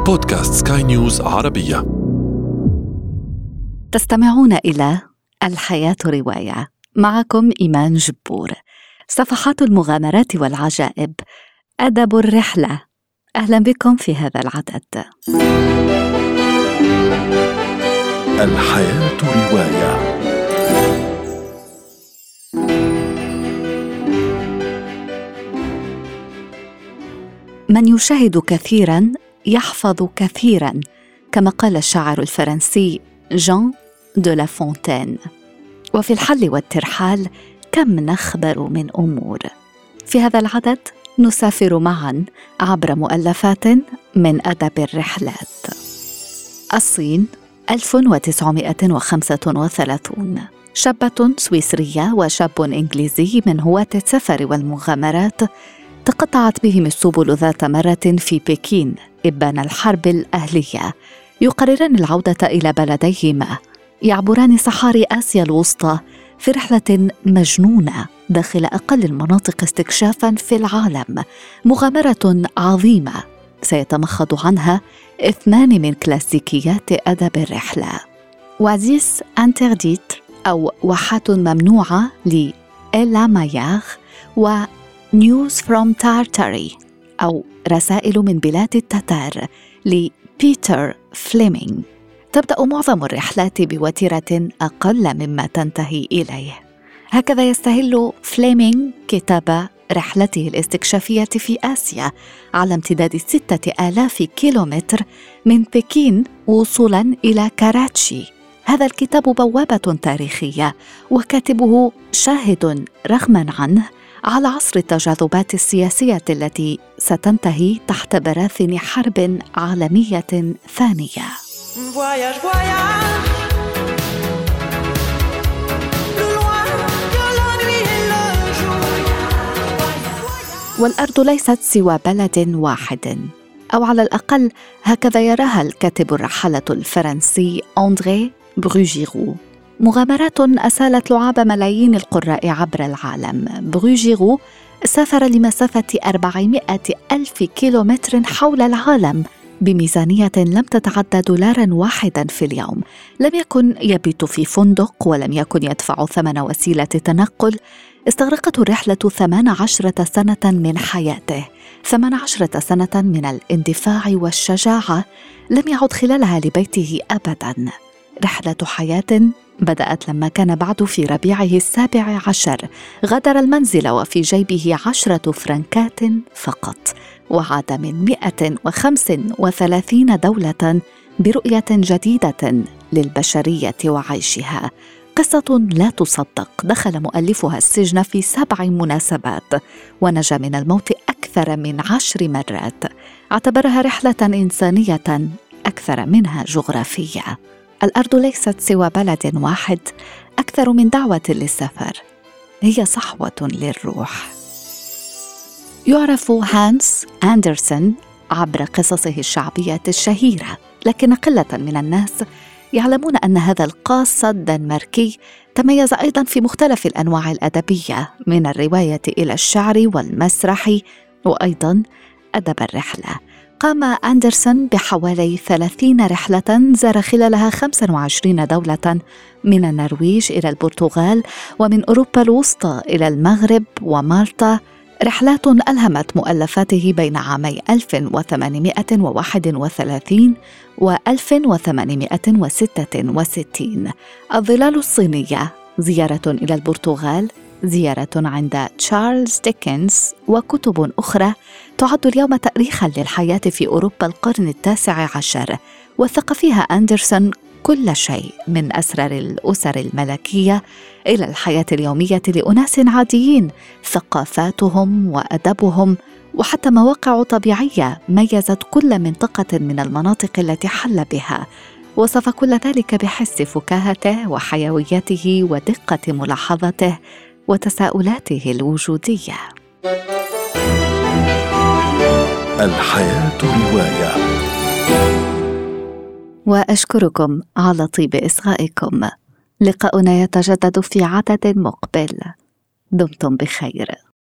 بودكاست سكاي نيوز عربية. تستمعون إلى الحياة رواية، معكم إيمان جبور. صفحات المغامرات والعجائب، أدب الرحلة. أهلا بكم في هذا العدد. الحياة رواية. من يشاهد كثيراً يحفظ كثيراً، كما قال الشاعر الفرنسي جان دو لا فونتين. وفي الحل والترحال كم نخبر من أمور. في هذا العدد نسافر معاً عبر مؤلفات من أدب الرحلات. الصين 1935. شابة سويسرية وشاب إنجليزي من هواة السفر والمغامرات تقطعت بهم السبل ذات مرة في بكين إبان الحرب الأهلية. يقرران العودة إلى بلديهما، يعبران صحاري آسيا الوسطى في رحلة مجنونة داخل أقل المناطق استكشافاً في العالم. مغامرة عظيمة سيتمخض عنها اثنان من كلاسيكيات أدب الرحلة: وازيس انترديت أو واحات ممنوعة لإلا ماياغ، و News from Tartary أو رسائل من بلاد التتار لبيتر فليمينغ. تبدأ معظم الرحلات بوتيرة أقل مما تنتهي إليه. هكذا يستهل فليمينغ كتاب رحلته الاستكشافية في آسيا على امتداد 6000 كيلومتر من بكين وصولاً إلى كاراتشي. هذا الكتاب بوابة تاريخية، وكاتبه شاهد رغماً عنه على عصر التجاذبات السياسية التي ستنتهي تحت براثن حرب عالمية ثانية. والأرض ليست سوى بلد واحد، أو على الأقل هكذا يراها الكاتب الرحالة الفرنسي أندري بروجيرو. مغامرات أسالت لعاب ملايين القراء عبر العالم. بروجيرو سافر لمسافة 400,000 كيلومتر حول العالم بميزانية لم تتعدى $1 في اليوم. لم يكن يبيت في فندق، ولم يكن يدفع ثمن وسيلة تنقل. استغرقته الرحلة 18 سنة من حياته، 18 سنة من الاندفاع والشجاعة لم يعد خلالها لبيته أبداً. رحلة حياة بدأت لما كان بعد في ربيعه 17. غادر المنزل وفي جيبه 10 فرنكات فقط، وعاد من 135 دولة برؤية جديدة للبشرية وعيشها. قصة لا تصدق. دخل مؤلفها السجن في 7 مناسبات، ونجا من الموت أكثر من 10 مرات. اعتبرها رحلة إنسانية أكثر منها جغرافية. الأرض ليست سوى بلد واحد، أكثر من دعوة للسفر، هي صحوة للروح. يعرف هانس أندرسون عبر قصصه الشعبية الشهيرة، لكن قلة من الناس يعلمون أن هذا القاص الدنماركي تميز أيضاً في مختلف الأنواع الأدبية، من الرواية إلى الشعر والمسرح وأيضاً أدب الرحلة. قام أندرسون بحوالي 30 رحلة، زار خلالها 25 دولة، من النرويج إلى البرتغال، ومن أوروبا الوسطى إلى المغرب ومالطا. رحلات ألهمت مؤلفاته بين عامي 1831 و 1866. الظلال الصينية، زيارة إلى البرتغال، زيارة عند تشارلز ديكنز، وكتب أخرى تعد اليوم تأريخاً للحياة في أوروبا القرن 19. وثق فيها أندرسون كل شيء، من أسرار الأسر الملكية إلى الحياة اليومية لأناس عاديين، ثقافاتهم وأدبهم، وحتى مواقع طبيعية ميزت كل منطقة من المناطق التي حل بها. وصف كل ذلك بحس فكاهته وحيويته ودقة ملاحظته وتساؤلاته الوجودية. الحياة رواية. وأشكركم على طيب إصغائكم. لقاؤنا يتجدد في عدد مقبل. دمتم بخير.